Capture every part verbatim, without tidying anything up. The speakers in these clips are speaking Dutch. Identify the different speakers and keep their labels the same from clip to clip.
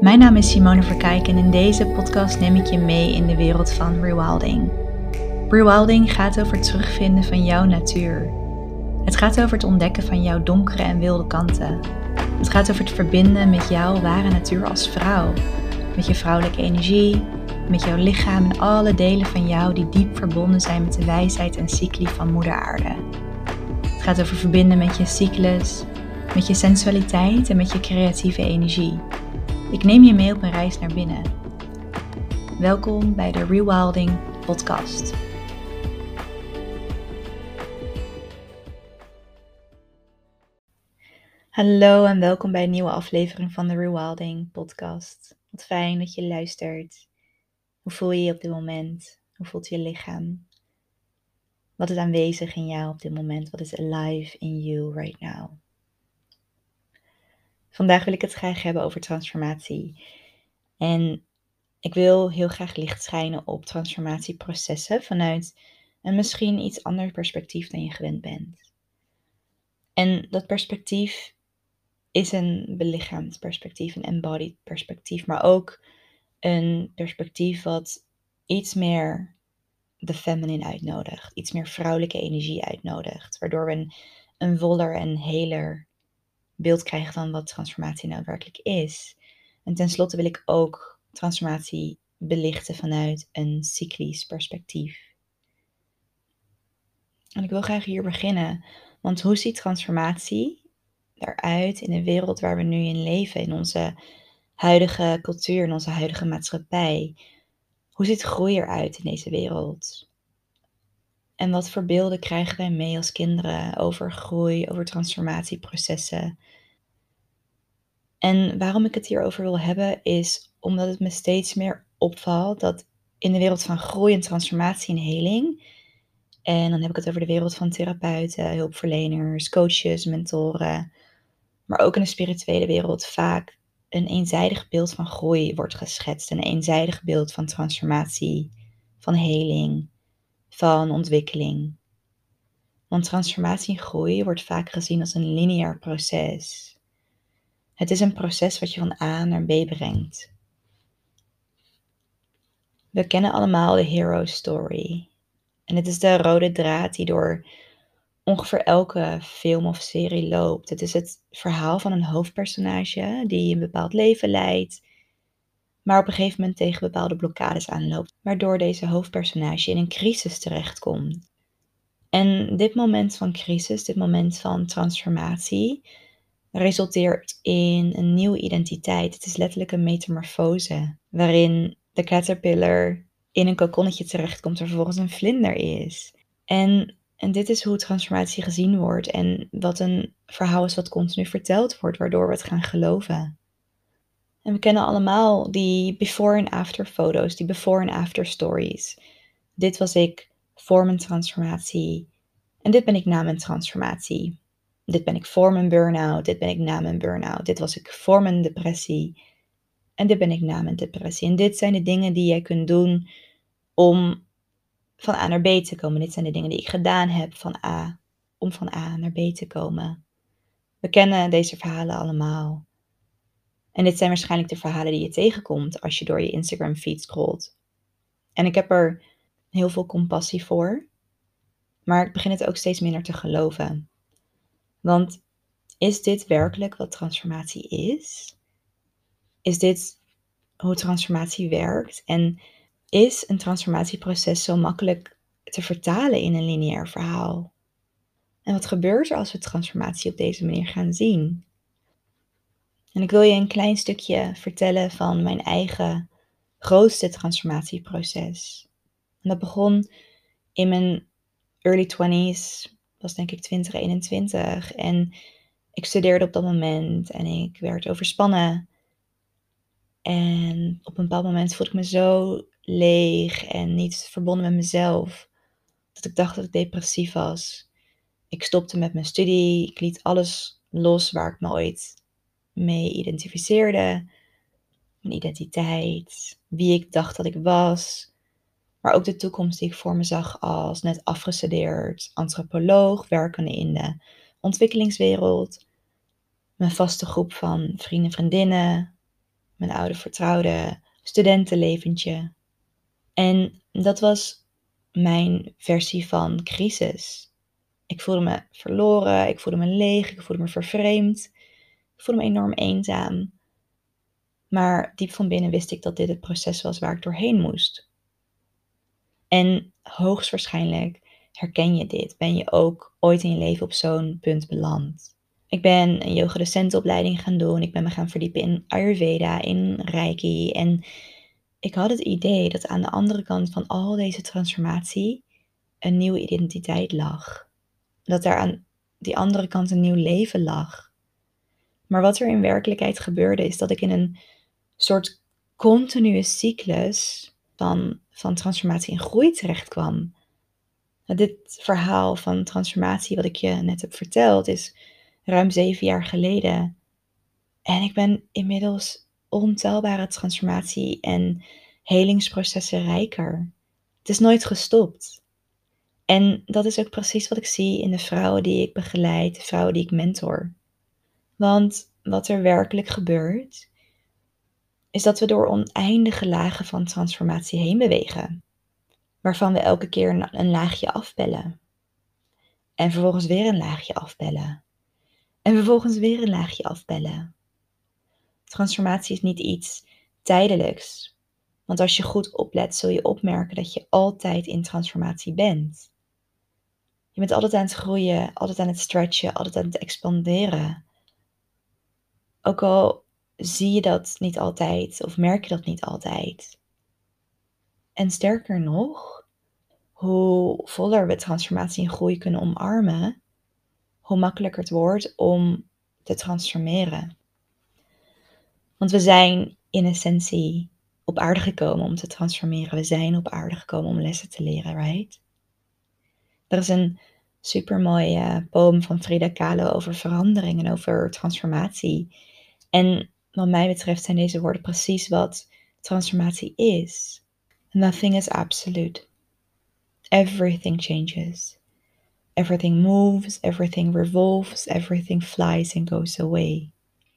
Speaker 1: Mijn naam is Simone Verkijk en in deze podcast neem ik je mee in de wereld van rewilding. Rewilding gaat over het terugvinden van jouw natuur. Het gaat over het ontdekken van jouw donkere en wilde kanten. Het gaat over het verbinden met jouw ware natuur als vrouw. Met je vrouwelijke energie, met jouw lichaam en alle delen van jou die diep verbonden zijn met de wijsheid en cycli van Moeder Aarde. Het gaat over verbinden met je cyclus, met je sensualiteit en met je creatieve energie. Ik neem je mee op een reis naar binnen. Welkom bij de Rewilding podcast. Hallo en welkom bij een nieuwe aflevering van de Rewilding podcast. Wat fijn dat je luistert. Hoe voel je je op dit moment? Hoe voelt je lichaam? Wat is aanwezig in jou op dit moment? Wat is alive in you right now? Vandaag wil ik het graag hebben over transformatie. En ik wil heel graag licht schijnen op transformatieprocessen vanuit een misschien iets ander perspectief dan je gewend bent. En dat perspectief is een belichaamd perspectief, een embodied perspectief, maar ook een perspectief wat iets meer de feminine uitnodigt, iets meer vrouwelijke energie uitnodigt, waardoor we een, een voller en heler beeld krijgen van wat transformatie nou werkelijk is. En tenslotte wil ik ook transformatie belichten vanuit een cyclisch perspectief. En ik wil graag hier beginnen, want hoe ziet transformatie eruit in de wereld waar we nu in leven, in onze huidige cultuur, in onze huidige maatschappij? Hoe ziet groei eruit in deze wereld? En wat voor beelden krijgen wij mee als kinderen over groei, over transformatieprocessen? En waarom ik het hierover wil hebben is omdat het me steeds meer opvalt dat in de wereld van groei en transformatie en heling, en dan heb ik het over de wereld van therapeuten, hulpverleners, coaches, mentoren, maar ook in de spirituele wereld vaak een eenzijdig beeld van groei wordt geschetst. Een eenzijdig beeld van transformatie, van heling, van ontwikkeling. Want transformatie en groei wordt vaak gezien als een lineair proces. Het is een proces wat je van A naar B brengt. We kennen allemaal de hero story. En het is de rode draad die door ongeveer elke film of serie loopt. Het is het verhaal van een hoofdpersonage die een bepaald leven leidt, maar op een gegeven moment tegen bepaalde blokkades aanloopt, waardoor deze hoofdpersonage in een crisis terechtkomt. En dit moment van crisis, dit moment van transformatie, resulteert in een nieuwe identiteit. Het is letterlijk een metamorfose, waarin de caterpillar in een kokonnetje terechtkomt er vervolgens een vlinder is. En, en dit is hoe transformatie gezien wordt en wat een verhaal is wat continu verteld wordt, waardoor we het gaan geloven. En we kennen allemaal die before en after foto's, die before en after stories. Dit was ik voor mijn transformatie en dit ben ik na mijn transformatie. Dit ben ik voor mijn burn-out, dit ben ik na mijn burn-out. Dit was ik voor mijn depressie en dit ben ik na mijn depressie. En dit zijn de dingen die jij kunt doen om van A naar B te komen. Dit zijn de dingen die ik gedaan heb van A, om van A naar B te komen. We kennen deze verhalen allemaal. En dit zijn waarschijnlijk de verhalen die je tegenkomt als je door je Instagram feed scrolt. En ik heb er heel veel compassie voor, maar ik begin het ook steeds minder te geloven. Want is dit werkelijk wat transformatie is? Is dit hoe transformatie werkt? En is een transformatieproces zo makkelijk te vertalen in een lineair verhaal? En wat gebeurt er als we transformatie op deze manier gaan zien? En ik wil je een klein stukje vertellen van mijn eigen grootste transformatieproces. En dat begon in mijn early twinties, dat was denk ik twintig eenentwintig. En ik studeerde op dat moment en ik werd overspannen. En op een bepaald moment voelde ik me zo leeg en niet verbonden met mezelf, dat ik dacht dat ik depressief was. Ik stopte met mijn studie, ik liet alles los waar ik me ooit mee identificeerde. Mijn identiteit, wie ik dacht dat ik was, maar ook de toekomst die ik voor me zag als net afgestudeerd antropoloog, werkende in de ontwikkelingswereld. Mijn vaste groep van vrienden en vriendinnen, mijn oude vertrouwde studentenleventje. En dat was mijn versie van crisis. Ik voelde me verloren, ik voelde me leeg, ik voelde me vervreemd. Ik voelde me enorm eenzaam. Maar diep van binnen wist ik dat dit het proces was waar ik doorheen moest. En hoogstwaarschijnlijk herken je dit. Ben je ook ooit in je leven op zo'n punt beland. Ik ben een yogadocentenopleiding gaan doen. Ik ben me gaan verdiepen in Ayurveda, in Reiki. En ik had het idee dat aan de andere kant van al deze transformatie een nieuwe identiteit lag. Dat daar aan die andere kant een nieuw leven lag. Maar wat er in werkelijkheid gebeurde is dat ik in een soort continue cyclus van, van transformatie en groei terecht kwam. Dit verhaal van transformatie wat ik je net heb verteld is ruim zeven jaar geleden. En ik ben inmiddels ontelbare transformatie en helingsprocessen rijker. Het is nooit gestopt. En dat is ook precies wat ik zie in de vrouwen die ik begeleid, de vrouwen die ik mentor. Want wat er werkelijk gebeurt, is dat we door oneindige lagen van transformatie heen bewegen. Waarvan we elke keer een, een laagje afbellen. En vervolgens weer een laagje afbellen. En vervolgens weer een laagje afbellen. Transformatie is niet iets tijdelijks. Want als je goed oplet, zul je opmerken dat je altijd in transformatie bent. Je bent altijd aan het groeien, altijd aan het stretchen, altijd aan het expanderen. Ook al zie je dat niet altijd of merk je dat niet altijd. En sterker nog, hoe voller we transformatie en groei kunnen omarmen, hoe makkelijker het wordt om te transformeren. Want we zijn in essentie op aarde gekomen om te transformeren. We zijn op aarde gekomen om lessen te leren, right? Er is een supermooie poem van Frida Kahlo over verandering en over transformatie. En wat mij betreft zijn deze woorden precies wat transformatie is. Nothing is absolute. Everything changes. Everything moves, everything revolves, everything flies and goes away.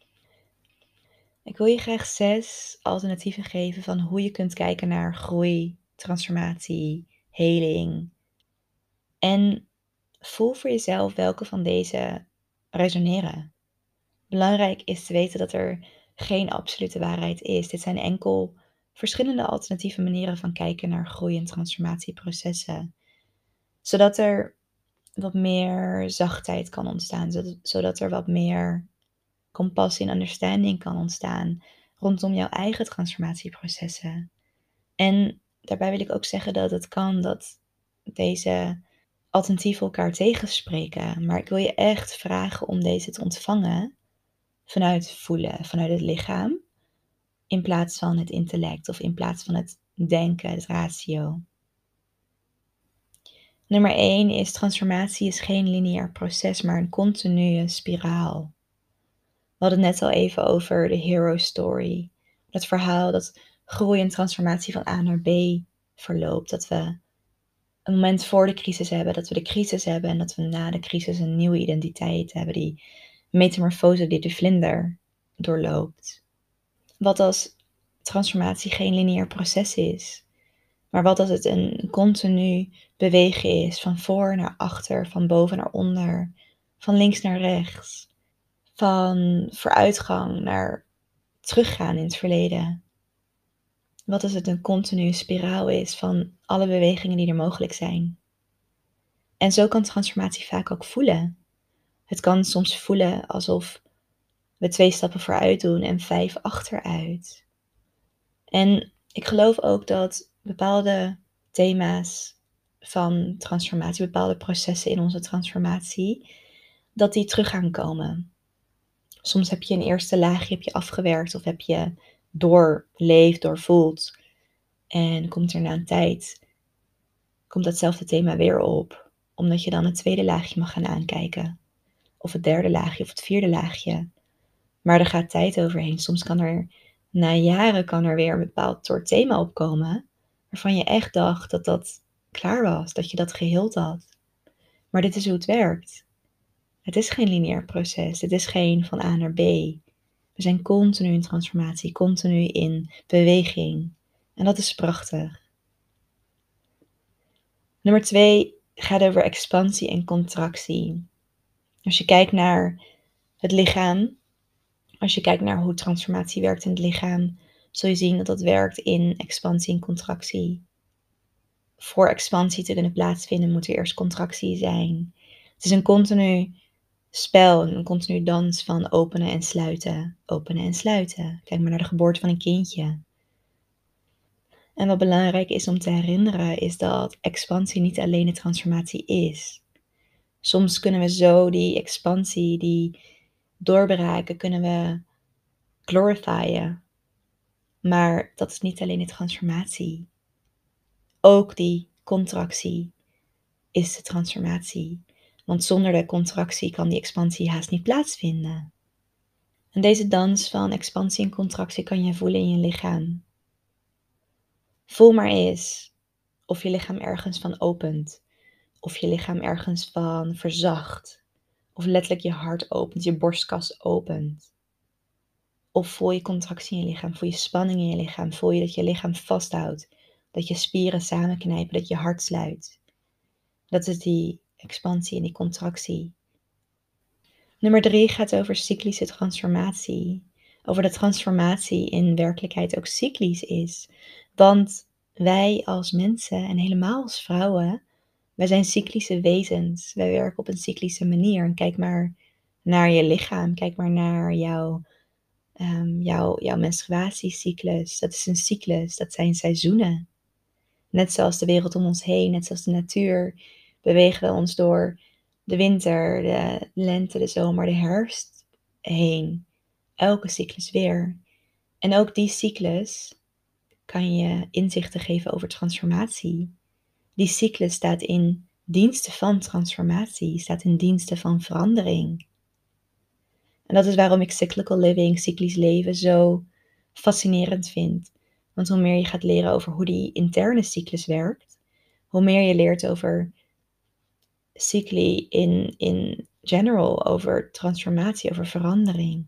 Speaker 1: Ik wil je graag zes alternatieven geven van hoe je kunt kijken naar groei, transformatie, heling. En voel voor jezelf welke van deze resoneren. Belangrijk is te weten dat er geen absolute waarheid is. Dit zijn enkel verschillende alternatieve manieren van kijken naar groei- en transformatieprocessen. Zodat er wat meer zachtheid kan ontstaan. Zodat er wat meer compassie en understanding kan ontstaan rondom jouw eigen transformatieprocessen. En daarbij wil ik ook zeggen dat het kan dat deze alternatieven elkaar tegenspreken. Maar ik wil je echt vragen om deze te ontvangen vanuit voelen, vanuit het lichaam, in plaats van het intellect of in plaats van het denken, het ratio. Nummer één is: transformatie is geen lineair proces, maar een continue spiraal. We hadden het net al even over de hero story. Het verhaal dat groei en transformatie van A naar B verloopt. Dat we een moment voor de crisis hebben, dat we de crisis hebben en dat we na de crisis een nieuwe identiteit hebben. Die metamorfose die de vlinder doorloopt. Wat als transformatie geen lineair proces is, maar wat als het een continu bewegen is, van voor naar achter, van boven naar onder, van links naar rechts, van vooruitgang naar teruggaan in het verleden. Wat als het een continue spiraal is van alle bewegingen die er mogelijk zijn. En zo kan transformatie vaak ook voelen. Het kan soms voelen alsof we twee stappen vooruit doen en vijf achteruit. En ik geloof ook dat bepaalde thema's van transformatie, bepaalde processen in onze transformatie, dat die terug gaan komen. Soms heb je een eerste laagje heb je afgewerkt of heb je doorleefd, doorvoeld. En komt er na een tijd, komt datzelfde thema weer op. Omdat je dan het tweede laagje mag gaan aankijken. Of het derde laagje of het vierde laagje. Maar er gaat tijd overheen. Soms kan er na jaren kan er weer een bepaald soort thema opkomen. Waarvan je echt dacht dat dat klaar was. Dat je dat geheeld had. Maar dit is hoe het werkt. Het is geen lineair proces. Het is geen van A naar B. We We zijn continu in transformatie, continu in beweging. En dat is prachtig. Nummer twee gaat over expansie en contractie. Als je kijkt naar het lichaam, als je kijkt naar hoe transformatie werkt in het lichaam, zul je zien dat dat werkt in expansie en contractie. Voor expansie te kunnen plaatsvinden moet er eerst contractie zijn. Het is een continu spel, een continu dans van openen en sluiten, openen en sluiten. Kijk maar naar de geboorte van een kindje. En wat belangrijk is om te herinneren is dat expansie niet alleen de transformatie is. Soms kunnen we zo die expansie, die doorbraken, kunnen we glorifyen. Maar dat is niet alleen de transformatie. Ook die contractie is de transformatie. Want zonder de contractie kan die expansie haast niet plaatsvinden. En deze dans van expansie en contractie kan je voelen in je lichaam. Voel maar eens of je lichaam ergens van opent. Of je lichaam ergens van verzacht. Of letterlijk je hart opent, je borstkas opent. Of voel je contractie in je lichaam, voel je spanning in je lichaam. Voel je dat je lichaam vasthoudt. Dat je spieren samenknijpen, dat je hart sluit. Dat is die expansie en die contractie. Nummer drie gaat over cyclische transformatie. Over dat transformatie in werkelijkheid ook cyclisch is. Want wij als mensen en helemaal als vrouwen, wij zijn cyclische wezens. Wij werken op een cyclische manier. En kijk maar naar je lichaam. Kijk maar naar jouw, um, jouw, jouw menstruatiecyclus. Dat is een cyclus. Dat zijn seizoenen. Net zoals de wereld om ons heen, net zoals de natuur, bewegen we ons door de winter, de lente, de zomer, de herfst heen. Elke cyclus weer. En ook die cyclus kan je inzichten geven over transformatie. Die cyclus staat in diensten van transformatie, staat in diensten van verandering. En dat is waarom ik cyclical living, cyclisch leven, zo fascinerend vind. Want hoe meer je gaat leren over hoe die interne cyclus werkt, hoe meer je leert over cycli in, in general, over transformatie, over verandering.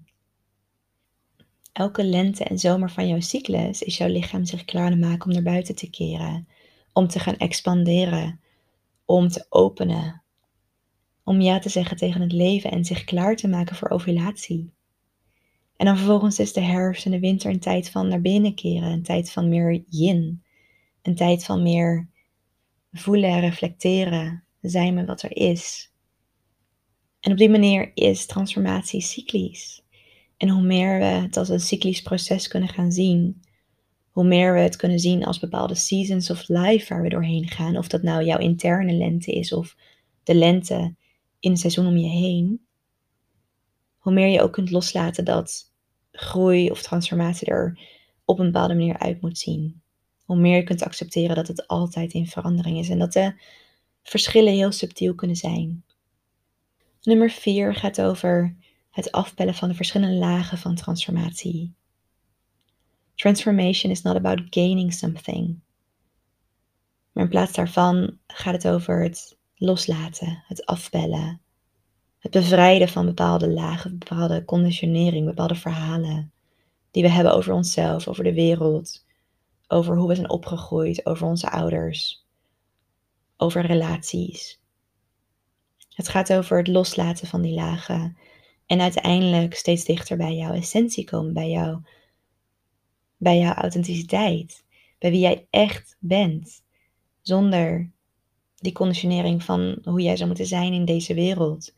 Speaker 1: Elke lente en zomer van jouw cyclus is jouw lichaam zich klaar aan het maken om naar buiten te keren. Om te gaan expanderen. Om te openen. Om ja te zeggen tegen het leven en zich klaar te maken voor ovulatie. En dan vervolgens is de herfst en de winter een tijd van naar binnen keren. Een tijd van meer yin. Een tijd van meer voelen, reflecteren. Zijn met wat er is. En op die manier is transformatie cyclisch. En hoe meer we het als een cyclisch proces kunnen gaan zien, hoe meer we het kunnen zien als bepaalde seasons of life waar we doorheen gaan, of dat nou jouw interne lente is of de lente in het seizoen om je heen, hoe meer je ook kunt loslaten dat groei of transformatie er op een bepaalde manier uit moet zien. Hoe meer je kunt accepteren dat het altijd in verandering is en dat de verschillen heel subtiel kunnen zijn. Nummer vier gaat over het afpellen van de verschillende lagen van transformatie. Transformation is not about gaining something. Maar in plaats daarvan gaat het over het loslaten, het afpellen. Het bevrijden van bepaalde lagen, bepaalde conditionering, bepaalde verhalen. Die we hebben over onszelf, over de wereld. Over hoe we zijn opgegroeid, over onze ouders. Over relaties. Het gaat over het loslaten van die lagen. En uiteindelijk steeds dichter bij jouw essentie komen, bij, jou, bij jouw authenticiteit. Bij wie jij echt bent. Zonder die conditionering van hoe jij zou moeten zijn in deze wereld.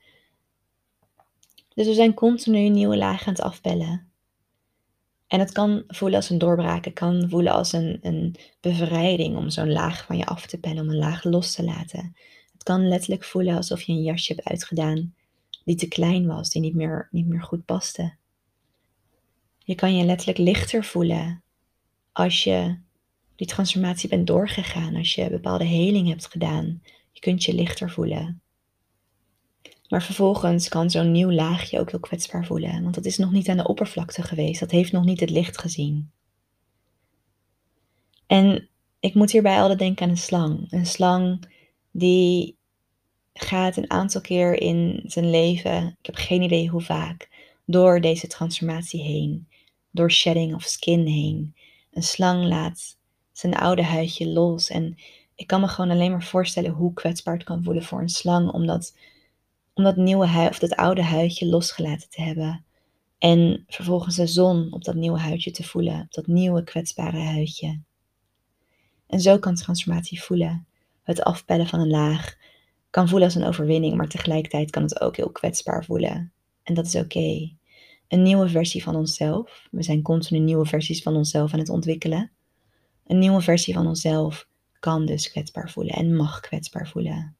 Speaker 1: Dus we zijn continu nieuwe lagen aan het afbellen. En het kan voelen als een doorbraak. Het kan voelen als een, een bevrijding om zo'n laag van je af te pellen. Om een laag los te laten. Het kan letterlijk voelen alsof je een jasje hebt uitgedaan die te klein was, die niet meer, niet meer goed paste. Je kan je letterlijk lichter voelen als je die transformatie bent doorgegaan, als je bepaalde heling hebt gedaan. Je kunt je lichter voelen. Maar vervolgens kan zo'n nieuw laagje ook heel kwetsbaar voelen, want dat is nog niet aan de oppervlakte geweest, dat heeft nog niet het licht gezien. En ik moet hierbij altijd denken aan een slang. Een slang die gaat een aantal keer in zijn leven, ik heb geen idee hoe vaak, door deze transformatie heen, door shedding of skin heen. Een slang laat zijn oude huidje los en ik kan me gewoon alleen maar voorstellen hoe kwetsbaar het kan voelen voor een slang om dat, om dat nieuwe huid of dat oude huidje losgelaten te hebben. En vervolgens de zon op dat nieuwe huidje te voelen, op dat nieuwe kwetsbare huidje. En zo kan transformatie voelen. Het afpellen van een laag kan voelen als een overwinning, maar tegelijkertijd kan het ook heel kwetsbaar voelen. En dat is oké. Okay. Een nieuwe versie van onszelf. We zijn continu nieuwe versies van onszelf aan het ontwikkelen. Een nieuwe versie van onszelf kan dus kwetsbaar voelen en mag kwetsbaar voelen.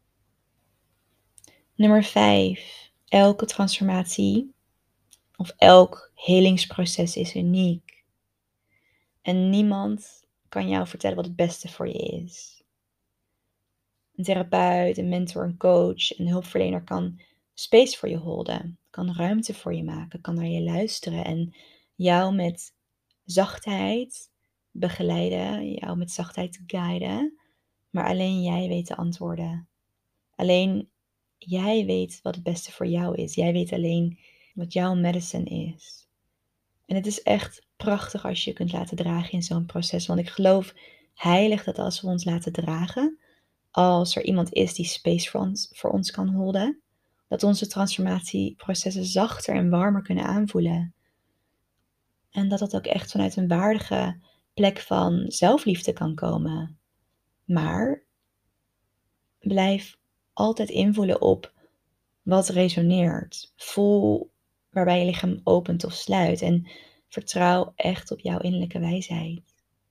Speaker 1: Nummer vijf. Elke transformatie of elk helingsproces is uniek. En niemand kan jou vertellen wat het beste voor je is. Een therapeut, een mentor, een coach, een hulpverlener kan space voor je holden, kan ruimte voor je maken, kan naar je luisteren en jou met zachtheid begeleiden, jou met zachtheid guiden, maar alleen jij weet de antwoorden. Alleen jij weet wat het beste voor jou is. Jij weet alleen wat jouw medicine is. En het is echt prachtig als je je kunt laten dragen in zo'n proces, want ik geloof heilig dat als we ons laten dragen, als er iemand is die space voor ons, voor ons kan holden, dat onze transformatieprocessen zachter en warmer kunnen aanvoelen. En dat dat ook echt vanuit een waardige plek van zelfliefde kan komen. Maar blijf altijd invoelen op wat resoneert. Voel waarbij je lichaam opent of sluit en vertrouw echt op jouw innerlijke wijsheid.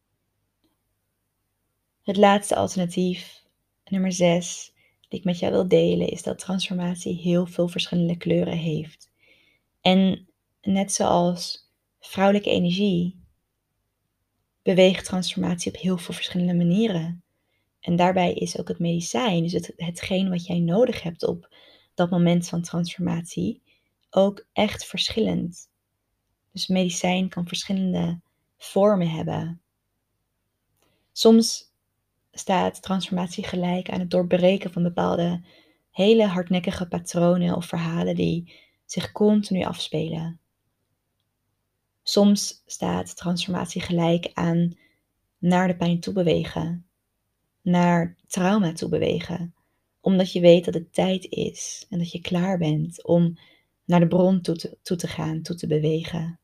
Speaker 1: Het laatste alternatief, nummer zes, die ik met jou wil delen, is dat transformatie heel veel verschillende kleuren heeft. En net zoals vrouwelijke energie beweegt transformatie op heel veel verschillende manieren. En daarbij is ook het medicijn, dus het, hetgeen wat jij nodig hebt op dat moment van transformatie, ook echt verschillend. Dus medicijn kan verschillende vormen hebben. Soms staat transformatie gelijk aan het doorbreken van bepaalde hele hardnekkige patronen of verhalen die zich continu afspelen. Soms staat transformatie gelijk aan naar de pijn toe bewegen, naar trauma toe bewegen, omdat je weet dat het tijd is en dat je klaar bent om naar de bron toe te, toe te gaan, toe te bewegen.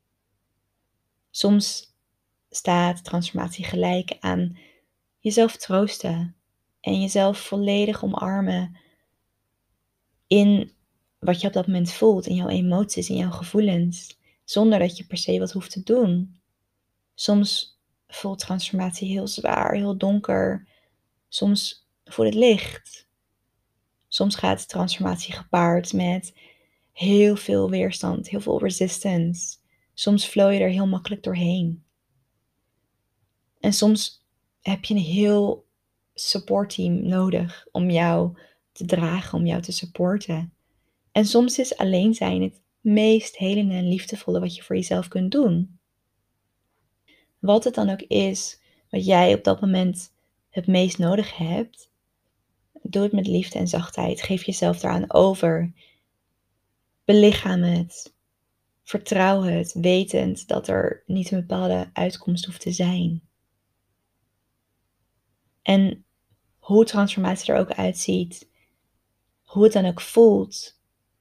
Speaker 1: Soms staat transformatie gelijk aan jezelf troosten en jezelf volledig omarmen in wat je op dat moment voelt, in jouw emoties, in jouw gevoelens, zonder dat je per se wat hoeft te doen. Soms voelt transformatie heel zwaar, heel donker. Soms voelt het licht. Soms gaat de transformatie gepaard met heel veel weerstand, heel veel resistance. Soms flow je er heel makkelijk doorheen. En soms heb je een heel supportteam nodig om jou te dragen, om jou te supporten. En soms is alleen zijn het meest helende en liefdevolle wat je voor jezelf kunt doen. Wat het dan ook is wat jij op dat moment het meest nodig hebt, doe het met liefde en zachtheid. Geef jezelf daaraan over. Belichaam het. Vertrouw het, wetend dat er niet een bepaalde uitkomst hoeft te zijn. En hoe transformatie er ook uitziet, hoe het dan ook voelt,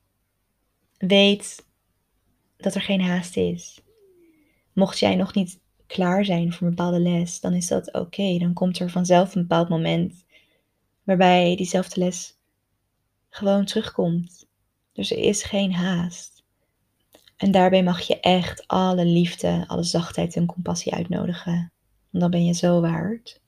Speaker 1: weet dat er geen haast is. Mocht jij nog niet klaar zijn voor een bepaalde les, dan is dat oké. Dan komt er vanzelf een bepaald moment waarbij diezelfde les gewoon terugkomt. Dus er is geen haast. En daarbij mag je echt alle liefde, alle zachtheid en compassie uitnodigen. Want dan ben je zo waard.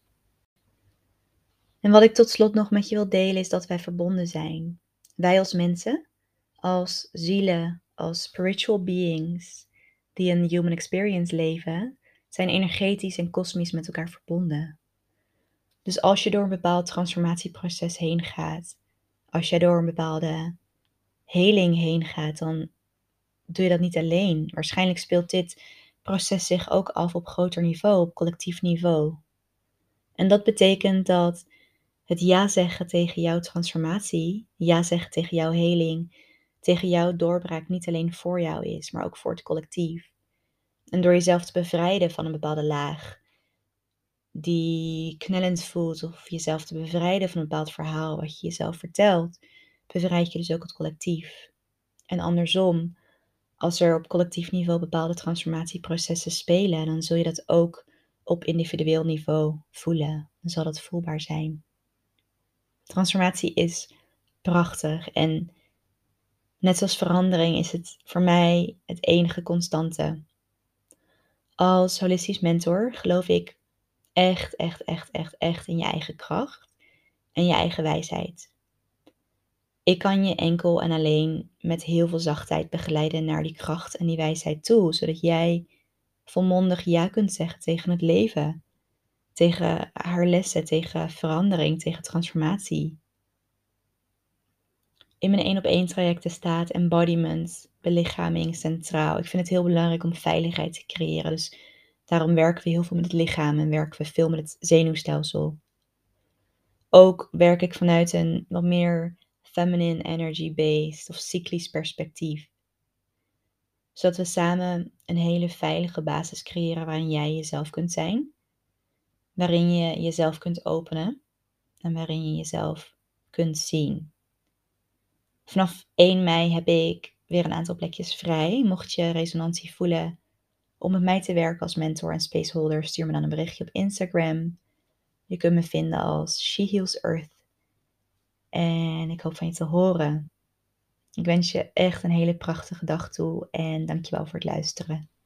Speaker 1: En wat ik tot slot nog met je wil delen is dat wij verbonden zijn. Wij als mensen, als zielen, als spiritual beings die een human experience leven, zijn energetisch en kosmisch met elkaar verbonden. Dus als je door een bepaald transformatieproces heen gaat, als jij door een bepaalde heling heen gaat, dan doe je dat niet alleen. Waarschijnlijk speelt dit proces zich ook af op groter niveau, op collectief niveau. En dat betekent dat het ja zeggen tegen jouw transformatie, ja zeggen tegen jouw heling, tegen jouw doorbraak niet alleen voor jou is, maar ook voor het collectief. En door jezelf te bevrijden van een bepaalde laag die knellend voelt, of jezelf te bevrijden van een bepaald verhaal wat je jezelf vertelt, bevrijd je dus ook het collectief. En andersom, als er op collectief niveau bepaalde transformatieprocessen spelen, dan zul je dat ook op individueel niveau voelen. Dan zal dat voelbaar zijn. Transformatie is prachtig en net zoals verandering is het voor mij het enige constante. Als holistisch mentor geloof ik echt, echt, echt, echt, echt in je eigen kracht en je eigen wijsheid. Ik kan je enkel en alleen met heel veel zachtheid begeleiden naar die kracht en die wijsheid toe, zodat jij volmondig ja kunt zeggen tegen het leven, tegen haar lessen, tegen verandering, tegen transformatie. In mijn één op één trajecten staat embodiment, belichaming centraal. Ik vind het heel belangrijk om veiligheid te creëren. Dus daarom werken we heel veel met het lichaam en werken we veel met het zenuwstelsel. Ook werk ik vanuit een wat meer feminine energy-based of cyclisch perspectief. Zodat we samen een hele veilige basis creëren waarin jij jezelf kunt zijn. Waarin je jezelf kunt openen en waarin je jezelf kunt zien. Vanaf één mei heb ik weer een aantal plekjes vrij. Mocht je resonantie voelen om met mij te werken als mentor en spaceholder, stuur me dan een berichtje op Instagram. Je kunt me vinden als She Heals Earth. En ik hoop van je te horen. Ik wens je echt een hele prachtige dag toe en dankjewel voor het luisteren.